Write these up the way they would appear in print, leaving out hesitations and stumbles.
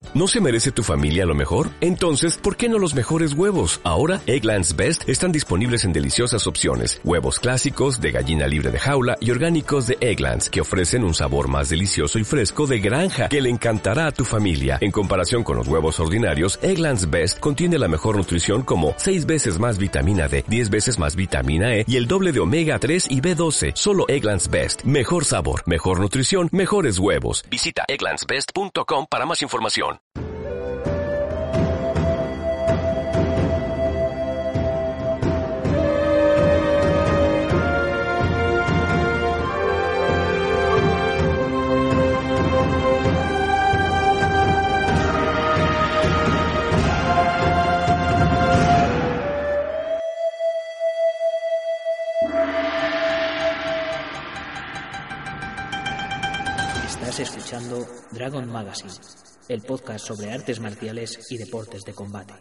¿No se merece tu familia lo mejor? Entonces, ¿por qué no los mejores huevos? Ahora, Eggland's Best están disponibles en deliciosas opciones. Huevos clásicos, de gallina libre de jaula y orgánicos de Eggland's, que ofrecen un sabor más delicioso y fresco de granja que le encantará a tu familia. En comparación con los huevos ordinarios, Eggland's Best contiene la mejor nutrición como 6 veces más vitamina D, 10 veces más vitamina E y el doble de omega 3 y B12. Solo Eggland's Best. Mejor sabor, mejor nutrición, mejores huevos. Visita egglandsbest.com para más información. Estás escuchando Dragon Magazine, el podcast sobre artes marciales y deportes de combate.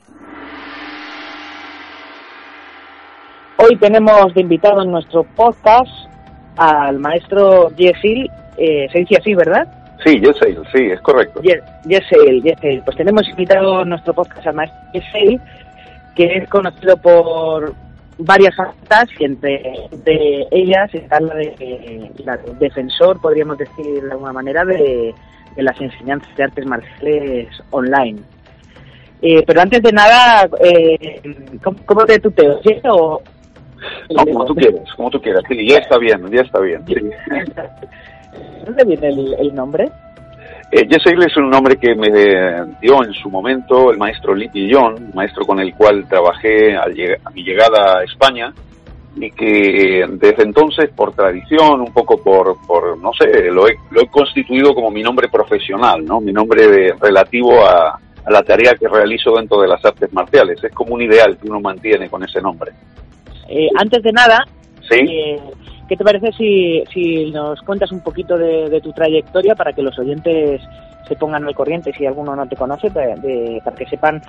Hoy tenemos de invitado en nuestro podcast al maestro Yesil, se dice así, ¿verdad? Sí, Yesil, sí, es correcto. Yesil. Pues tenemos invitado en nuestro podcast al maestro Yesil, que es conocido por varias artes y entre ellas está la de defensor, podríamos decir de alguna manera, de las enseñanzas de artes marciales online. Pero antes de nada, ¿cómo te tuteo? ¿Sí? ¿O... No, como tú quieras, sí, ya está bien. Sí. ¿Dónde viene el nombre? Yesil es un nombre que me dio en su momento el maestro Li Pillon, maestro con el cual trabajé a mi llegada a España, y que desde entonces, por tradición, un poco por no sé, lo he constituido como mi nombre profesional, ¿no? Mi nombre relativo a la tarea que realizo dentro de las artes marciales. Es como un ideal que uno mantiene con ese nombre. Antes de nada, ¿sí? ¿Qué te parece si nos cuentas un poquito de tu trayectoria para que los oyentes se pongan al corriente, si alguno no te conoce, para que sepan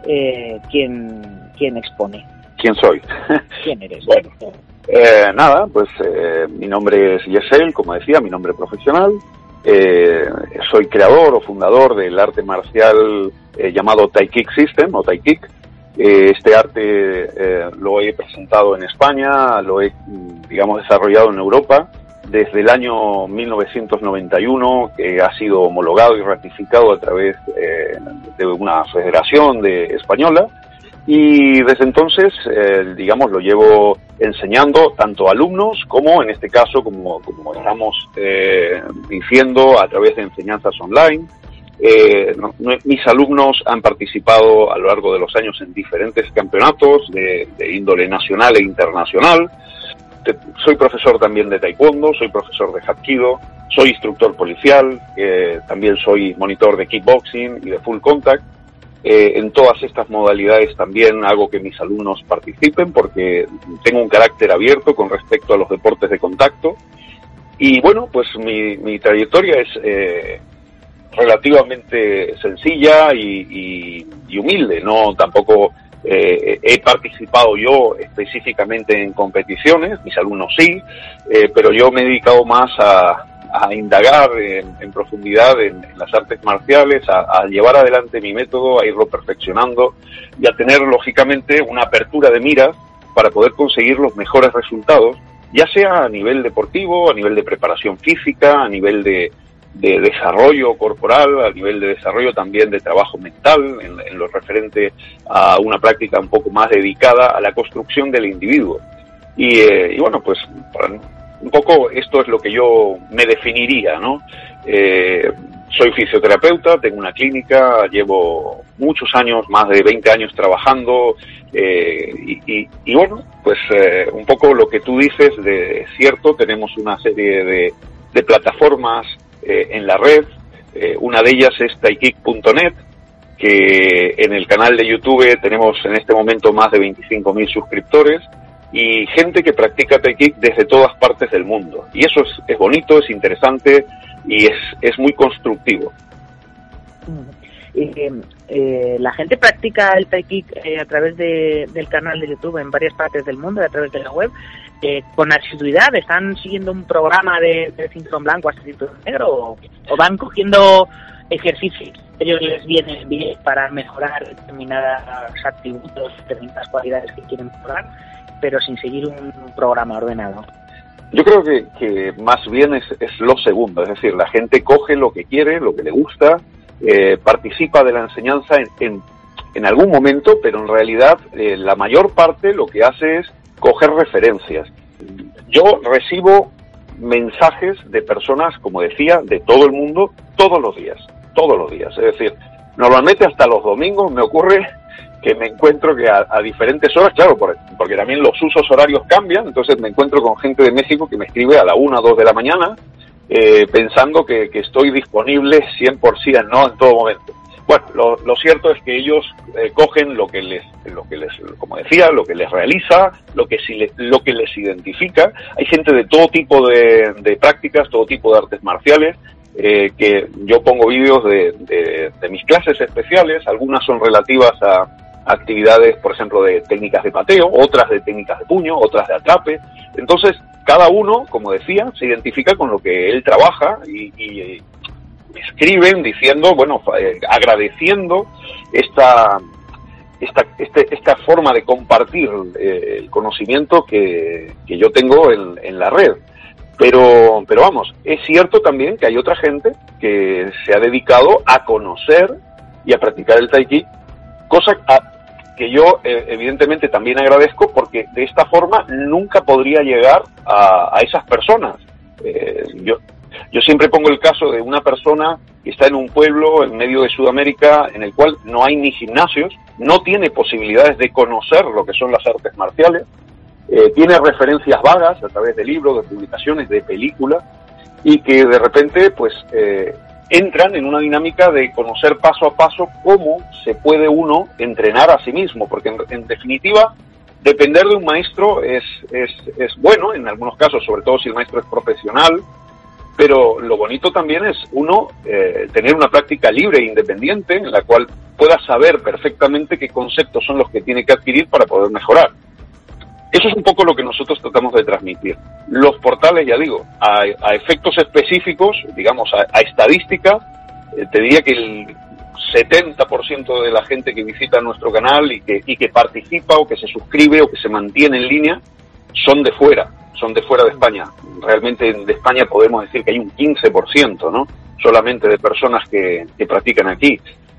quién expone? ¿Quién soy? ¿Quién eres? Bueno, nada, pues mi nombre es Yesil, como decía, mi nombre profesional. Soy creador o fundador del arte marcial llamado Thai Kick System o Thai Kick. Este arte lo he presentado en España, lo he, desarrollado en Europa desde el año 1991, que ha sido homologado y ratificado a través de una federación española, y desde entonces, lo llevo enseñando tanto a alumnos como, en este caso, como estamos diciendo, a través de enseñanzas online. Mis alumnos han participado a lo largo de los años en diferentes campeonatos de índole nacional e internacional. Soy profesor también de taekwondo, soy profesor de hapkido, soy instructor policial, también soy monitor de kickboxing y de full contact. En todas estas modalidades también hago que mis alumnos participen porque tengo un carácter abierto con respecto a los deportes de contacto. Y bueno, pues mi trayectoria es relativamente sencilla y humilde. No tampoco he participado yo específicamente en competiciones, mis alumnos sí, pero yo me he dedicado más a indagar en profundidad en las artes marciales, a llevar adelante mi método, a irlo perfeccionando y a tener lógicamente una apertura de miras para poder conseguir los mejores resultados, ya sea a nivel deportivo, a nivel de preparación física, a nivel de desarrollo corporal, a nivel de desarrollo también de trabajo mental, en lo referente a una práctica un poco más dedicada a la construcción del individuo. Y bueno, pues un poco esto es lo que yo me definiría, ¿no? Soy fisioterapeuta, tengo una clínica, llevo muchos años, más de 20 años trabajando, y bueno, pues un poco lo que tú dices es cierto, tenemos una serie de plataformas en la red. Una de ellas es taikick.net, que en el canal de YouTube tenemos en este momento más de 25.000 suscriptores y gente que practica Thai Kick desde todas partes del mundo. Y eso es bonito, es interesante y es muy constructivo. La gente practica el Thai Kick a través del canal de YouTube en varias partes del mundo, a través de la web, con asiduidad. ¿Están siguiendo un programa de cinturón blanco hasta cinturón negro o van cogiendo ejercicios que ellos les vienen bien para mejorar determinados atributos, determinadas cualidades que quieren mejorar, pero sin seguir un programa ordenado. Yo creo que más bien es lo segundo, es decir, la gente coge lo que quiere, lo que le gusta, participa de la enseñanza en algún momento, pero en realidad la mayor parte lo que hace es coger referencias. Yo recibo mensajes de personas, como decía, de todo el mundo, todos los días. Es decir, normalmente hasta los domingos me ocurre que me encuentro que a diferentes horas, claro, porque también los usos horarios cambian, entonces me encuentro con gente de México que me escribe a la 1 o 2 de la mañana, pensando que estoy disponible 100%, ¿no?, en todo momento. Bueno, lo cierto es que ellos cogen lo que les, como decía, lo que les realiza, lo que les identifica. Hay gente de todo tipo de prácticas, todo tipo de artes marciales, que yo pongo vídeos de mis clases especiales. Algunas son relativas a actividades, por ejemplo, de técnicas de pateo, otras de técnicas de puño, otras de atrape. Entonces, cada uno, como decía, se identifica con lo que él trabaja y escriben diciendo, bueno, agradeciendo esta forma de compartir el conocimiento que yo tengo en la red. Pero vamos, es cierto también que hay otra gente que se ha dedicado a conocer y a practicar el Tai Chi, cosa que yo evidentemente también agradezco, porque de esta forma nunca podría llegar a esas personas. Yo siempre pongo el caso de una persona que está en un pueblo en medio de Sudamérica en el cual no hay ni gimnasios, no tiene posibilidades de conocer lo que son las artes marciales, tiene referencias vagas a través de libros, de publicaciones, de películas, y que de repente pues entran en una dinámica de conocer paso a paso cómo se puede uno entrenar a sí mismo, porque en definitiva depender de un maestro es bueno en algunos casos, sobre todo si el maestro es profesional, pero lo bonito también es uno tener una práctica libre e independiente en la cual pueda saber perfectamente qué conceptos son los que tiene que adquirir para poder mejorar. Eso es un poco lo que nosotros tratamos de transmitir. Los portales, ya digo, a efectos específicos, digamos, a estadística, te diría que el 70% de la gente que visita nuestro canal y que participa o que se suscribe o que se mantiene en línea son de fuera de España. Realmente de España podemos decir que hay un 15%, ¿no?, solamente de personas que practican aquí.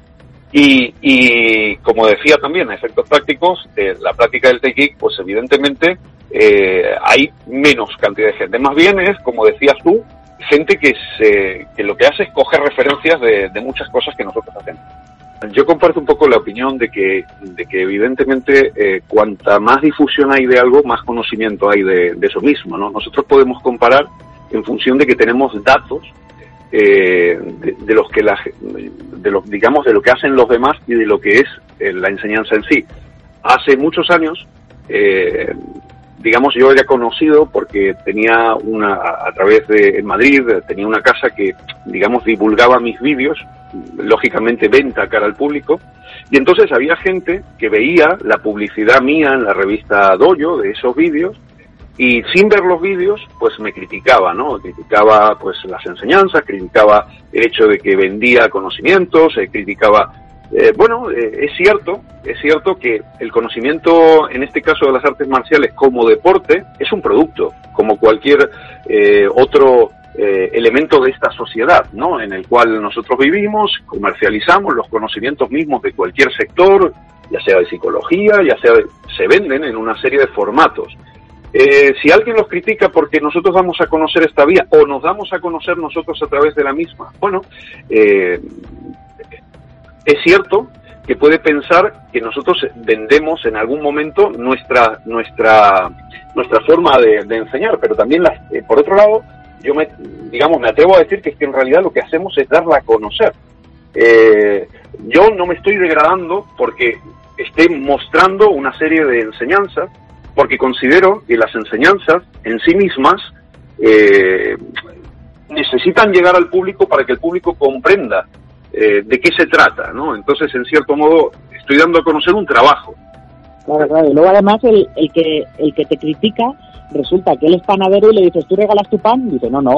Y como decía también, a efectos prácticos, la práctica del Tai Chi, pues evidentemente hay menos cantidad de gente. Más bien es, como decías tú, gente que lo que hace es coger referencias de muchas cosas que nosotros hacemos. Yo comparto un poco la opinión de que evidentemente cuanta más difusión hay de algo, más conocimiento hay de eso mismo, ¿no? Nosotros podemos comparar en función de que tenemos datos de los que digamos de lo que hacen los demás y de lo que es la enseñanza en sí. Hace muchos años, digamos, yo era conocido porque tenía a través de en Madrid, tenía una casa que, digamos, divulgaba mis vídeos, lógicamente venta cara al público, y entonces había gente que veía la publicidad mía en la revista Dojo de esos vídeos, y sin ver los vídeos, pues me criticaba, ¿no? Criticaba, pues, las enseñanzas, criticaba el hecho de que vendía conocimientos, criticaba... es cierto que el conocimiento, en este caso de las artes marciales como deporte, es un producto, como cualquier otro elemento de esta sociedad, ¿no?, en el cual nosotros vivimos, comercializamos los conocimientos mismos de cualquier sector, ya sea de psicología, se venden en una serie de formatos. Si alguien los critica porque nosotros damos a conocer esta vía o nos damos a conocer nosotros a través de la misma, bueno, es cierto que puede pensar que nosotros vendemos en algún momento nuestra forma de enseñar, pero también por otro lado, yo me atrevo a decir que es que en realidad lo que hacemos es darla a conocer. Yo no me estoy degradando porque esté mostrando una serie de enseñanzas, porque considero que las enseñanzas en sí mismas necesitan llegar al público para que el público comprenda de qué se trata, ¿no? Entonces, en cierto modo, estoy dando a conocer un trabajo. Claro. Y luego, además, el que te critica, resulta que él es panadero y le dices, ¿tú regalas tu pan? Y dice, no.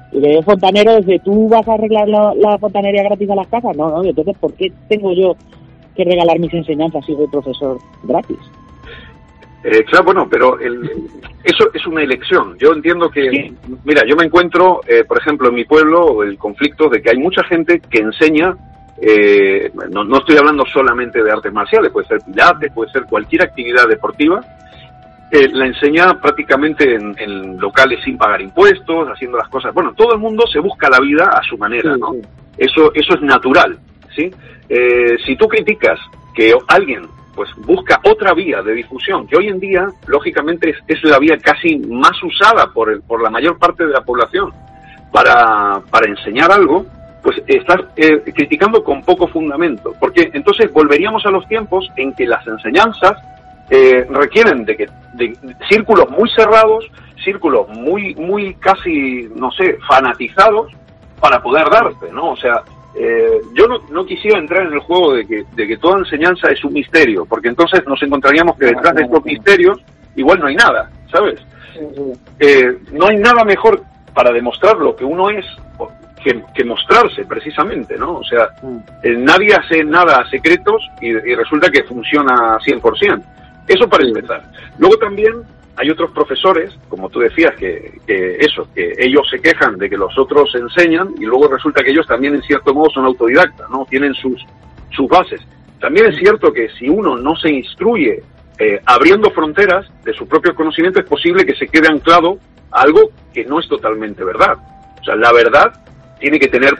Y de fontanero, dice, ¿tú vas a arreglar la fontanería gratis a las casas? No, entonces, ¿por qué tengo yo que regalar mis enseñanzas si soy profesor gratis? Claro, bueno, pero eso es una elección. Yo entiendo que, sí. Mira, yo me encuentro, por ejemplo, en mi pueblo, el conflicto de que hay mucha gente que enseña, no estoy hablando solamente de artes marciales, puede ser pilates, puede ser cualquier actividad deportiva, la enseña prácticamente en locales sin pagar impuestos, haciendo las cosas. Bueno, todo el mundo se busca la vida a su manera, ¿no? Sí. Eso es natural, ¿sí? Si tú criticas que alguien pues busca otra vía de difusión, que hoy en día, lógicamente, es la vía casi más usada por la mayor parte de la población para enseñar algo, pues estás criticando con poco fundamento, porque entonces volveríamos a los tiempos en que las enseñanzas requieren de círculos muy cerrados, círculos muy casi, no sé, fanatizados para poder darte, ¿no? O sea, yo no quisiera entrar en el juego de que toda enseñanza es un misterio, porque entonces nos encontraríamos que detrás de estos misterios igual no hay nada, ¿sabes? No hay nada mejor para demostrar lo que uno es que mostrarse, precisamente, ¿no? O sea, nadie hace nada a secretos y resulta que funciona 100%. Eso para empezar. Luego también hay otros profesores, como tú decías, que ellos se quejan de que los otros enseñan y luego resulta que ellos también en cierto modo son autodidactas, ¿no? Tienen sus bases. También es cierto que si uno no se instruye abriendo fronteras de su propio conocimiento, es posible que se quede anclado a algo que no es totalmente verdad. O sea, la verdad tiene que tener,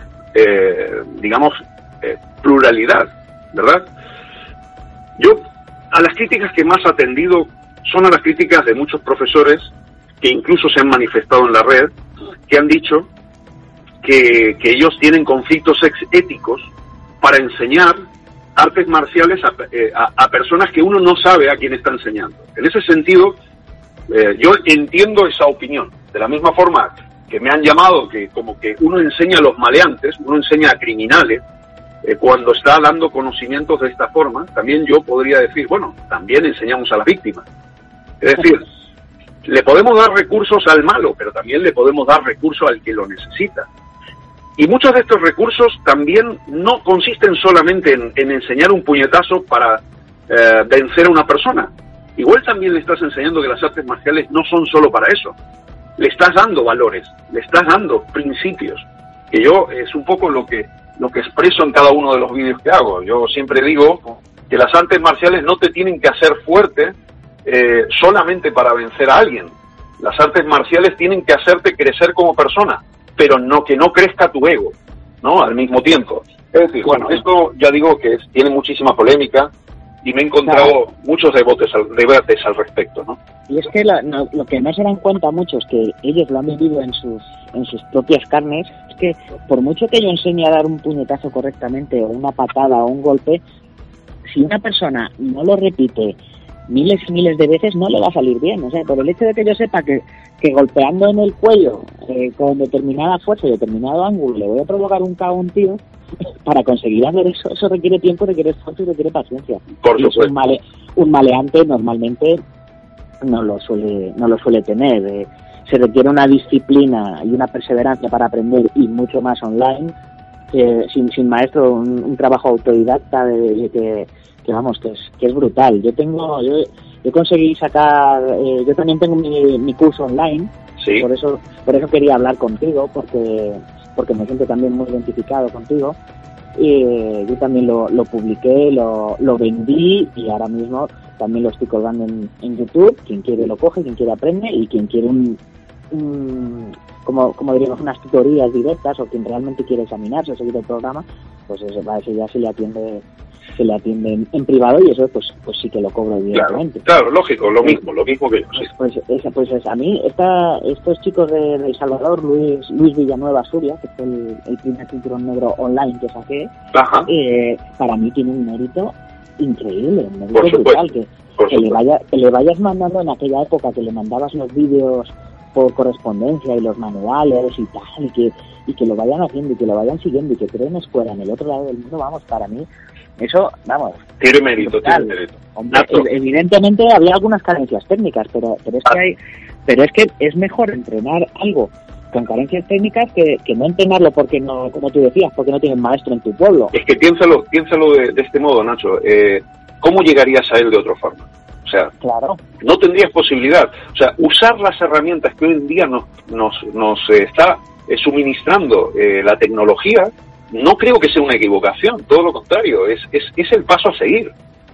pluralidad, ¿verdad? Yo, a las críticas que más he atendido son a las críticas de muchos profesores que incluso se han manifestado en la red, que han dicho que ellos tienen conflictos éticos para enseñar artes marciales a personas que uno no sabe a quién está enseñando. En ese sentido, yo entiendo esa opinión. De la misma forma que me han llamado que como que uno enseña a los maleantes, uno enseña a criminales, cuando está dando conocimientos de esta forma, también yo podría decir, bueno, también enseñamos a las víctimas. Es decir, le podemos dar recursos al malo, pero también le podemos dar recursos al que lo necesita. Y muchos de estos recursos también no consisten solamente en enseñar un puñetazo para vencer a una persona. Igual también le estás enseñando que las artes marciales no son solo para eso. Le estás dando valores, le estás dando principios, que yo es un poco lo que expreso en cada uno de los vídeos que hago. Yo siempre digo que las artes marciales no te tienen que hacer fuerte solamente para vencer a alguien. Las artes marciales tienen que hacerte crecer como persona, pero que no crezca tu ego, ¿no? Al mismo tiempo. Es decir, bueno, esto ya digo que tiene muchísima polémica y me he encontrado muchos debates al respecto, ¿no? Y es que lo que no se dan cuenta muchos, que ellos lo han vivido en sus propias carnes, es que por mucho que yo enseñe a dar un puñetazo correctamente, o una patada, o un golpe, si una persona no lo repite miles y miles de veces, no le va a salir bien. O sea, por el hecho de que yo sepa que golpeando en el cuello con determinada fuerza y determinado ángulo le voy a provocar un KO a un tío, para conseguir hacer eso requiere tiempo, requiere esfuerzo y requiere paciencia. Por supuesto. Un maleante normalmente no lo suele tener. Se requiere una disciplina y una perseverancia para aprender, y mucho más online, sin maestro, un trabajo autodidacta que es brutal. Yo conseguí sacar, yo también tengo mi curso online. Sí. Por eso quería hablar contigo, porque me siento también muy identificado contigo. Y yo también lo publiqué, lo vendí, y ahora mismo también lo estoy colgando en YouTube. Quien quiere lo coge, quien quiere aprende, y quien quiere como diríamos, unas tutorías directas, o quien realmente quiere examinarse o seguir el programa, pues eso ya se le atiende en privado, y eso pues sí que lo cobro evidentemente. Claro, lógico, lo mismo que yo. Sí. Pues a mí estos chicos de El Salvador, Luis Villanueva Suria, que fue el primer cinturón negro online que saqué, para mí tiene un mérito increíble, un mérito brutal, que le vayas mandando en aquella época, que le mandabas los vídeos por correspondencia y los manuales y tal, y que lo vayan haciendo y que lo vayan siguiendo y que creen escuela en el otro lado del mundo, para mí eso, tiene mérito, tiene mérito. Hombre, evidentemente había algunas carencias técnicas, pero es que es mejor entrenar algo con carencias técnicas que no entrenarlo porque no, como tú decías, porque no tienes maestro en tu pueblo. Es que piénsalo de este modo, Nacho. ¿Cómo llegarías a él de otra forma? O sea, claro, no tendrías posibilidad. O sea, usar las herramientas que hoy en día nos está suministrando la tecnología, no creo que sea una equivocación, todo lo contrario, es el paso a seguir.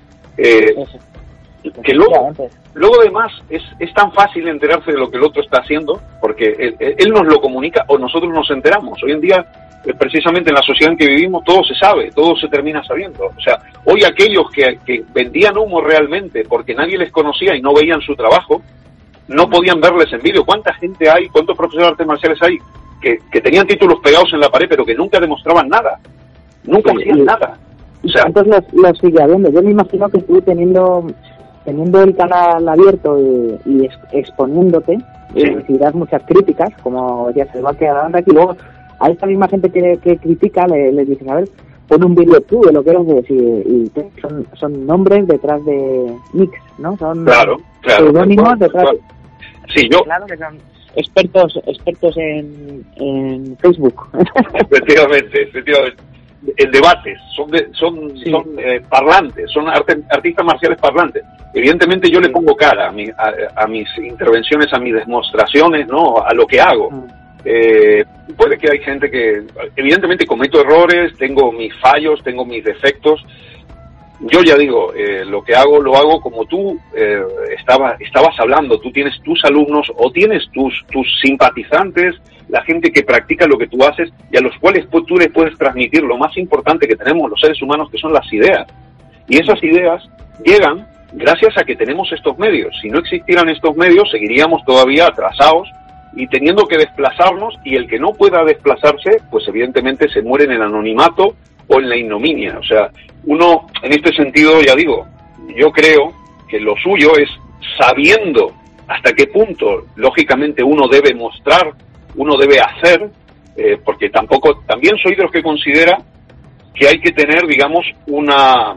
Que luego además es tan fácil enterarse de lo que el otro está haciendo, porque él nos lo comunica o nosotros nos enteramos. Hoy en día, precisamente en la sociedad en que vivimos, todo se sabe, todo se termina sabiendo. O sea, hoy aquellos que vendían humo realmente porque nadie les conocía y no veían su trabajo, no podían verles en vídeo. ¿Cuánta gente hay, cuántos profesores de artes marciales hay que tenían títulos pegados en la pared pero que nunca demostraban nada? Nunca hacían nada. O sea, ¿cuántos los sigue habiendo? Yo me imagino que tú teniendo el canal abierto y exponiéndote, recibirás muchas críticas, como ya se va a quedar aquí. Luego, a esta misma gente que critica, le dicen, a ver, pon un vídeo tú de lo que eres, y son nombres detrás de nicks, ¿no? Son pseudónimos detrás. Sí, yo... Claro que son expertos en Facebook. Efectivamente. En debates, son parlantes, son artistas marciales parlantes. Evidentemente yo le pongo cara a mis intervenciones, a mis demostraciones, ¿no? A lo que hago. Puede que hay gente que evidentemente cometo errores, tengo mis fallos, tengo mis defectos. Yo ya digo, lo que hago, lo hago como tú estabas hablando. Tú tienes tus alumnos o tienes tus simpatizantes, la gente que practica lo que tú haces y a los cuales tú les puedes transmitir lo más importante que tenemos los seres humanos, que son las ideas. Y esas ideas llegan gracias a que tenemos estos medios. Si no existieran estos medios, seguiríamos todavía atrasados y teniendo que desplazarnos, y el que no pueda desplazarse, pues evidentemente se muere en el anonimato o en la ignominia. O sea, uno, en este sentido, ya digo, yo creo que lo suyo es, sabiendo hasta qué punto, lógicamente, uno debe mostrar, uno debe hacer, porque también soy de los que considera que hay que tener, digamos, una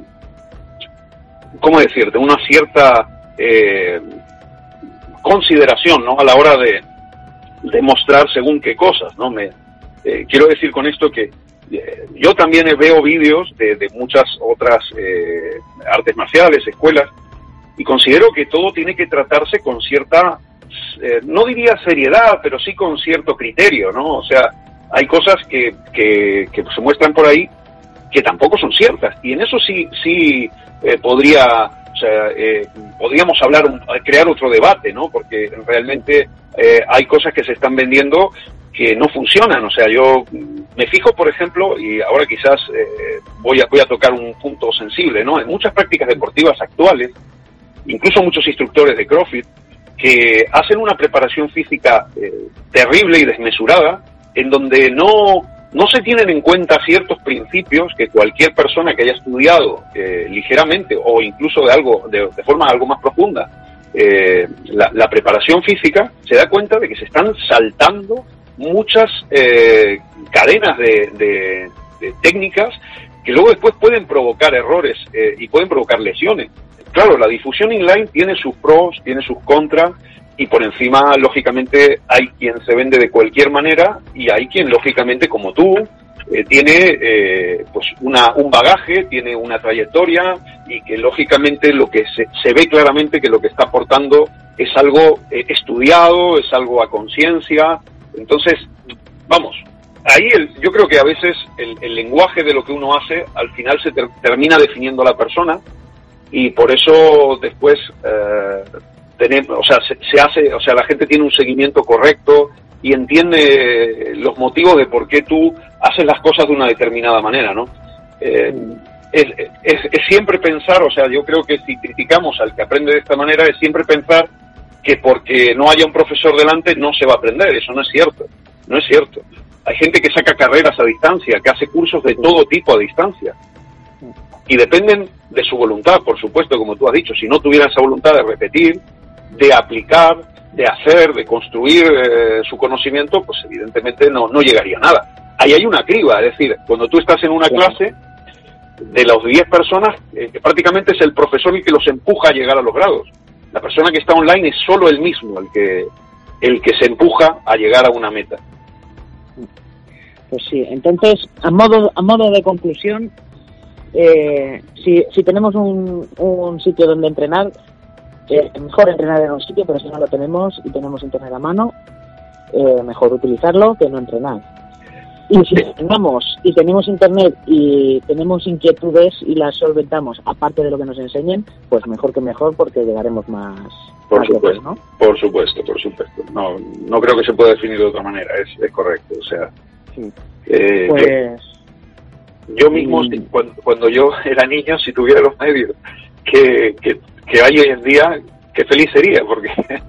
cierta consideración, ¿no? A la hora de mostrar según qué cosas, ¿no? Quiero decir con esto que yo también veo vídeos de muchas otras artes marciales, escuelas, y considero que todo tiene que tratarse con cierta, no diría seriedad, pero sí con cierto criterio, ¿no? O sea, hay cosas que se muestran por ahí que tampoco son ciertas, y en eso sí podríamos crear otro debate, ¿no? Porque realmente hay cosas que se están vendiendo que no funcionan. O sea, yo me fijo, por ejemplo, y ahora quizás voy a tocar un punto sensible, ¿no? En muchas prácticas deportivas actuales, incluso muchos instructores de CrossFit, que hacen una preparación física terrible y desmesurada, en donde no se tienen en cuenta ciertos principios que cualquier persona que haya estudiado ligeramente o incluso de forma algo más profunda la preparación física, se da cuenta de que se están saltando muchas cadenas de técnicas que luego después pueden provocar errores y pueden provocar lesiones. Claro, la difusión inline tiene sus pros, tiene sus contras, y por encima, lógicamente, hay quien se vende de cualquier manera y hay quien, lógicamente, como tú, tiene pues un bagaje, tiene una trayectoria, y que, lógicamente, lo que se ve claramente que lo que está aportando es algo estudiado, es algo a conciencia. Entonces, vamos, ahí yo creo que a veces el lenguaje de lo que uno hace, al final se termina definiendo a la persona, y por eso después la gente tiene un seguimiento correcto y entiende los motivos de por qué tú haces las cosas de una determinada manera, ¿no? Es siempre pensar, o sea, yo creo que si criticamos al que aprende de esta manera, es siempre pensar que porque no haya un profesor delante no se va a aprender. Eso no es cierto, no es cierto. Hay gente que saca carreras a distancia, que hace cursos de todo tipo a distancia, y dependen de su voluntad, por supuesto, como tú has dicho. Si no tuviera esa voluntad de repetir, de aplicar, de hacer, de construir su conocimiento, pues evidentemente no llegaría a nada. Ahí hay una criba, es decir, cuando tú estás en una clase, de las 10 personas, prácticamente es el profesor el que los empuja a llegar a los grados. La persona que está online es solo él mismo el que se empuja a llegar a una meta. Pues sí, entonces, a modo de conclusión, si tenemos un sitio donde entrenar, mejor entrenar en un sitio, pero si no lo tenemos y tenemos internet a mano, mejor utilizarlo que no entrenar. Y si entrenamos y tenemos internet y tenemos inquietudes y las solventamos, aparte de lo que nos enseñen, pues mejor que mejor, porque llegaremos más. Por supuesto, ¿no? Por supuesto. No creo que se pueda definir de otra manera, es correcto. O sea, sí. Pues yo mismo, cuando yo era niño, si tuviera los medios que hay hoy en día, qué feliz sería, porque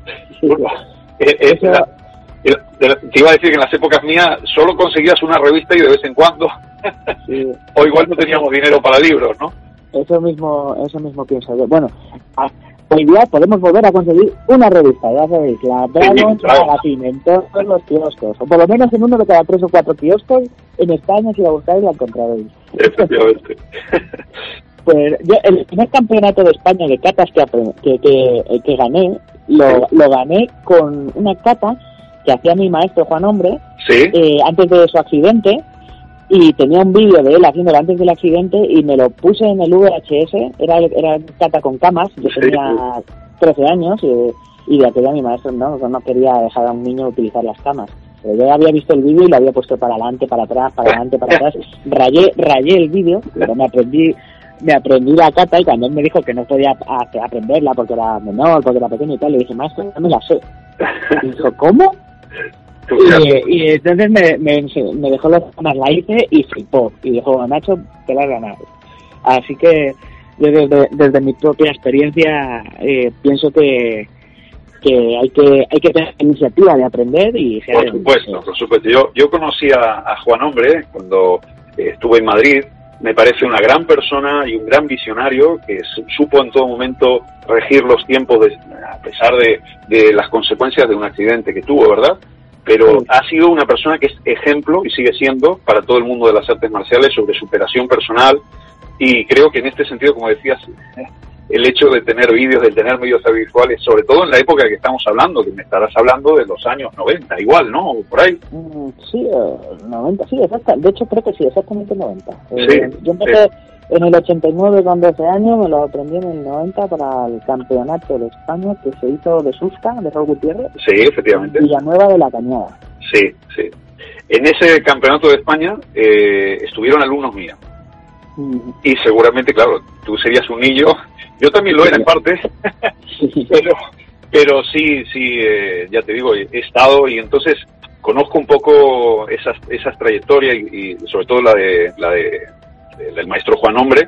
te iba a decir que en las épocas mías solo conseguías una revista y de vez en cuando, sí. O igual no teníamos dinero para libros, ¿no? Eso mismo pienso yo. Bueno, hoy día podemos volver a conseguir una revista, ya sabéis, la Dragon Magazine, en todos los kioscos, o por lo menos en uno de cada 3 o 4 kioscos en España, si la buscáis la encontraréis. Efectivamente. Pues yo el primer campeonato de España de catas que gané, lo gané con una cata que hacía mi maestro Juan Hombre, ¿sí? Antes de su accidente, y tenía un vídeo de él haciéndolo antes del accidente y me lo puse en el VHS, era cata con camas, yo tenía 13 años y de aquella mi maestro no quería dejar a un niño utilizar las camas. Pero yo había visto el vídeo y lo había puesto para adelante, para atrás, para adelante, para atrás, rayé el vídeo, pero me aprendí la cata, y cuando él me dijo que no podía aprenderla porque era menor, porque era pequeño y tal, le dije, maestro, no me la sé. Y dijo, ¿cómo? Y entonces me dejó las camas, la hice y flipó. Y dijo, Nacho, te la has ganado. Así que yo desde mi propia experiencia pienso que hay que tener iniciativa de aprender y por supuesto. Yo conocí a Juan Hombre cuando estuve en Madrid. Me parece una gran persona y un gran visionario que supo en todo momento regir los tiempos a pesar de las consecuencias de un accidente que tuvo, ¿verdad? Pero ha sido una persona que es ejemplo y sigue siendo para todo el mundo de las artes marciales sobre superación personal, y creo que en este sentido, como decías, el hecho de tener vídeos, de tener medios audiovisuales, sobre todo en la época que estamos hablando, que me estarás hablando de los años 90, igual, ¿no? Por ahí. Sí, 90, sí, exacto. De hecho, creo que sí, exactamente 90. Sí, yo empecé en el 89 con 12 años, me lo aprendí en el 90 para el campeonato de España que se hizo de Susca, de Raúl Gutiérrez. Sí, efectivamente. Y Villanueva de la Cañada. Sí. En ese campeonato de España estuvieron alumnos míos. Y seguramente, claro, tú serías un niño, yo también lo era en parte, pero sí, ya te digo, he estado y entonces conozco un poco esas trayectorias y sobre todo la del maestro Juan Hombre,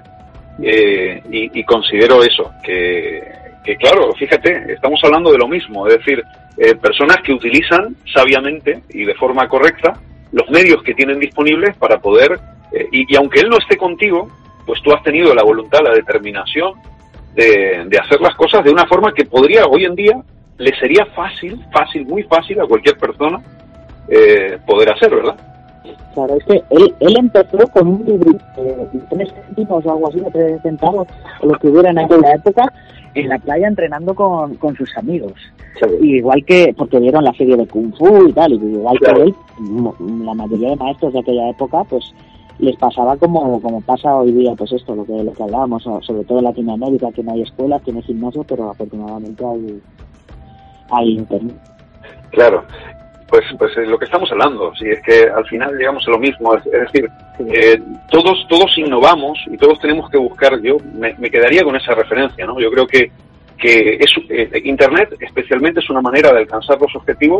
y considero eso, que claro, fíjate, estamos hablando de lo mismo, es decir, personas que utilizan sabiamente y de forma correcta los medios que tienen disponibles para poder, y aunque él no esté contigo, pues tú has tenido la voluntad, la determinación de hacer las cosas de una forma que podría, hoy en día, le sería fácil, muy fácil a cualquier persona poder hacer, ¿verdad? Claro, es que él empezó con un libro de 3 céntimos o algo así, de 3 centavos, o lo que hubiera en aquella época, en la playa entrenando con sus amigos. Sí. Igual que, porque vieron la serie de Kung Fu y tal, y igual que él, la mayoría de maestros de aquella época, pues les pasaba como pasa hoy día, pues esto, lo que hablábamos, sobre todo en Latinoamérica, que no hay escuelas, que no hay gimnasio, pero afortunadamente hay internet. Claro. Pues lo que estamos hablando, si es que al final llegamos a lo mismo, es decir, todos innovamos y todos tenemos que buscar, yo me quedaría con esa referencia, ¿no? Yo creo que Internet especialmente es una manera de alcanzar los objetivos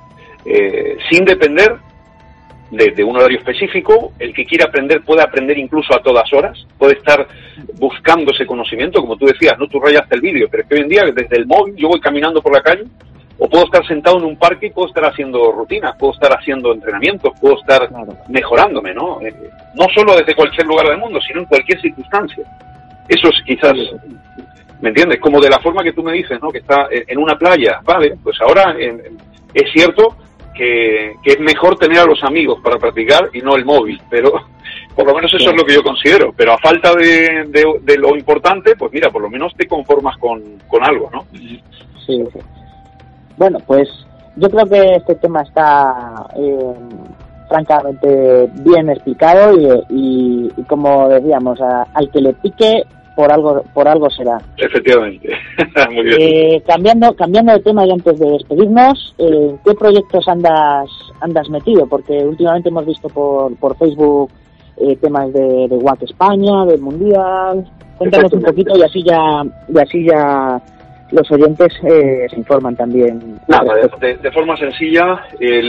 sin depender de un horario específico. El que quiera aprender puede aprender incluso a todas horas, puede estar buscando ese conocimiento, como tú decías, no tú rayaste el vídeo, pero es que hoy en día desde el móvil yo voy caminando por la calle, o puedo estar sentado en un parque y puedo estar haciendo rutinas, puedo estar haciendo entrenamientos, puedo estar mejorándome, ¿no? No solo desde cualquier lugar del mundo, sino en cualquier circunstancia. Eso es quizás, ¿me entiendes? Como de la forma que tú me dices, ¿no? Que está en una playa, vale, pues ahora es cierto que es mejor tener a los amigos para practicar y no el móvil, pero por lo menos eso es lo que yo considero. Pero a falta de lo importante, pues mira, por lo menos te conformas con algo, ¿no? Sí. Bueno, pues yo creo que este tema está francamente bien explicado y como decíamos, al que le pique por algo será. Efectivamente. Muy bien. Cambiando de tema y antes de despedirnos, ¿qué proyectos andas metido? Porque últimamente hemos visto por Facebook temas de WAC España, del Mundial. Cuéntanos un poquito y así ya los oyentes se informan también. Nada, de forma sencilla,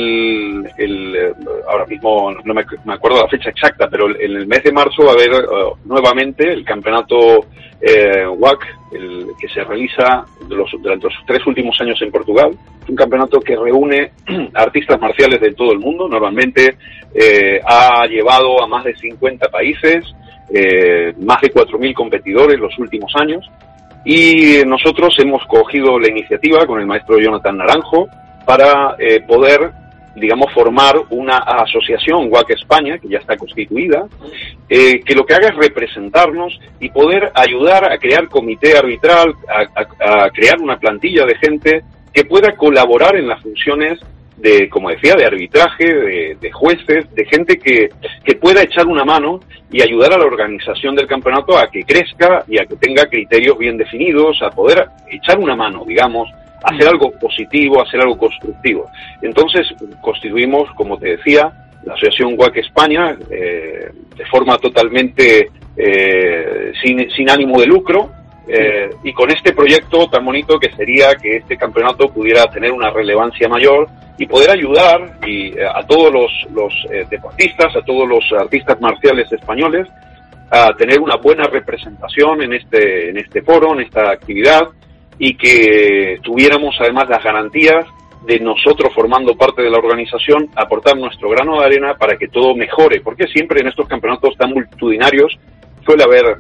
ahora mismo no me acuerdo la fecha exacta, pero en el mes de marzo va a haber nuevamente el campeonato WAC, que se realiza durante los 3 últimos años en Portugal. Es un campeonato que reúne artistas marciales de todo el mundo. Normalmente ha llevado a más de 50 países, más de 4.000 competidores los últimos años. Y nosotros hemos cogido la iniciativa con el maestro Jonathan Naranjo para poder, digamos, formar una asociación WAC España, que ya está constituida, que lo que haga es representarnos y poder ayudar a crear comité arbitral, a crear una plantilla de gente que pueda colaborar en las funciones de, como decía, de arbitraje, de jueces, de gente que pueda echar una mano y ayudar a la organización del campeonato a que crezca y a que tenga criterios bien definidos, a poder echar una mano, digamos, hacer algo positivo, hacer algo constructivo. Entonces constituimos, como te decía, la Asociación WAC España de forma totalmente sin ánimo de lucro, y con este proyecto tan bonito que sería que este campeonato pudiera tener una relevancia mayor y poder ayudar a todos los deportistas, a todos los artistas marciales españoles a tener una buena representación en este foro, en esta actividad, y que tuviéramos además las garantías de nosotros, formando parte de la organización, aportar nuestro grano de arena para que todo mejore, porque siempre en estos campeonatos tan multitudinarios suele haber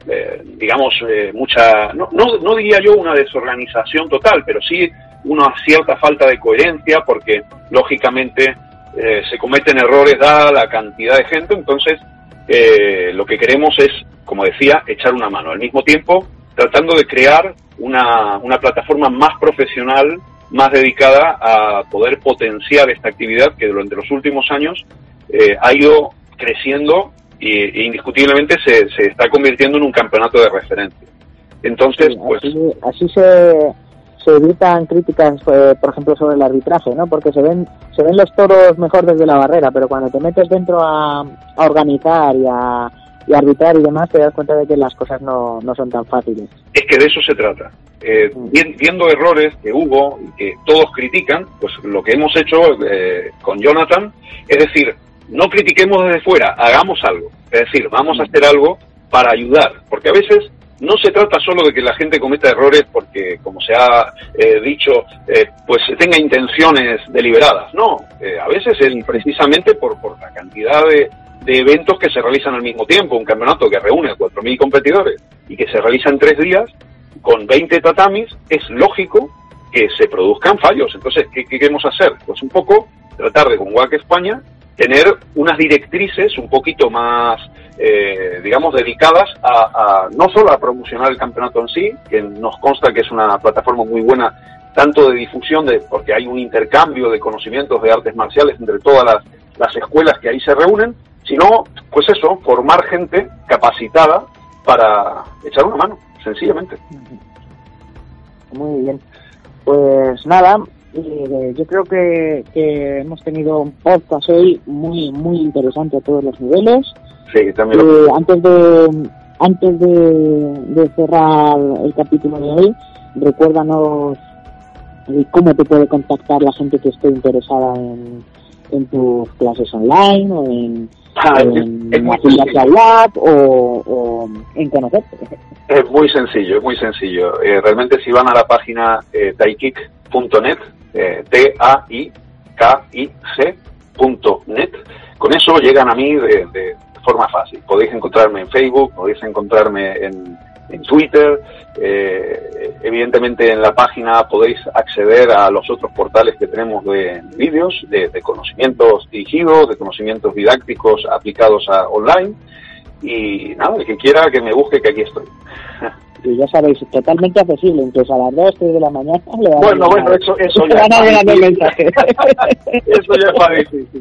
mucha, no diría yo una desorganización total, pero sí una cierta falta de coherencia, porque lógicamente se cometen errores dada la cantidad de gente. Entonces lo que queremos es, como decía, echar una mano, al mismo tiempo tratando de crear una plataforma más profesional, más dedicada a poder potenciar esta actividad que durante los últimos años ha ido creciendo e indiscutiblemente se está convirtiendo en un campeonato de referencia. Entonces, sí, pues así se evitan críticas, por ejemplo, sobre el arbitraje, ¿no? Porque se ven los toros mejor desde la barrera, pero cuando te metes dentro a organizar y a arbitrar y demás, te das cuenta de que las cosas no son tan fáciles. Es que de eso se trata. Viendo errores que hubo y que todos critican, pues lo que hemos hecho con Jonathan es decir, no critiquemos desde fuera, hagamos algo. Es decir, vamos a hacer algo para ayudar, porque a veces no se trata solo de que la gente cometa errores porque, como se ha dicho, pues tenga intenciones deliberadas. No, a veces es precisamente por la cantidad de eventos que se realizan al mismo tiempo. Un campeonato que reúne a 4.000 competidores y que se realiza en 3 días, con 20 tatamis, es lógico que se produzcan fallos. Entonces, ¿qué queremos hacer? Pues un poco tratar de, con WAC España, tener unas directrices un poquito más, dedicadas a no solo a promocionar el campeonato en sí, que nos consta que es una plataforma muy buena, tanto de difusión, porque hay un intercambio de conocimientos de artes marciales entre todas las escuelas que ahí se reúnen, sino, pues eso, formar gente capacitada para echar una mano, sencillamente. Muy bien. Pues nada, yo creo que hemos tenido un podcast hoy muy muy interesante a todos los niveles. Sí, también antes de cerrar el capítulo de hoy, recuérdanos cómo te puede contactar la gente que esté interesada en tus clases online o en afiliarse a WAC o en conocerte. Es muy sencillo. Realmente si van a la página taikic.net, TAIKIC.net, con eso llegan a mí de forma fácil. Podéis encontrarme en Facebook, podéis encontrarme en Twitter, evidentemente en la página podéis acceder a los otros portales que tenemos de vídeos, de conocimientos dirigidos, de conocimientos didácticos aplicados online, y nada, el que quiera que me busque, que aquí estoy. Y ya sabéis, totalmente accesible, incluso a las 2, 3 de la mañana. Bueno, eso ya van a llegar el mensaje. Eso ya es más difícil.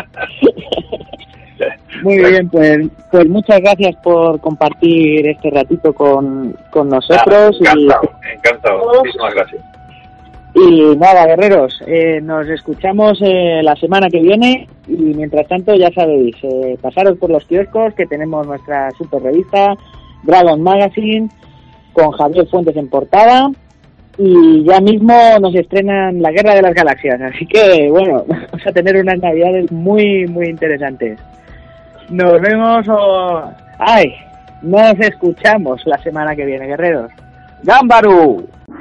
Muy bien, pues muchas gracias por compartir este ratito con nosotros. Encantado, muchísimas gracias. Y nada, guerreros, nos escuchamos la semana que viene y mientras tanto ya sabéis, pasaros por los kioscos que tenemos nuestra super revista Dragon Magazine con Javier Fuentes en portada y ya mismo nos estrenan La Guerra de las Galaxias, así que bueno, vamos a tener unas navidades muy muy interesantes. Nos vemos nos escuchamos la semana que viene, guerreros. ¡Gámbaru!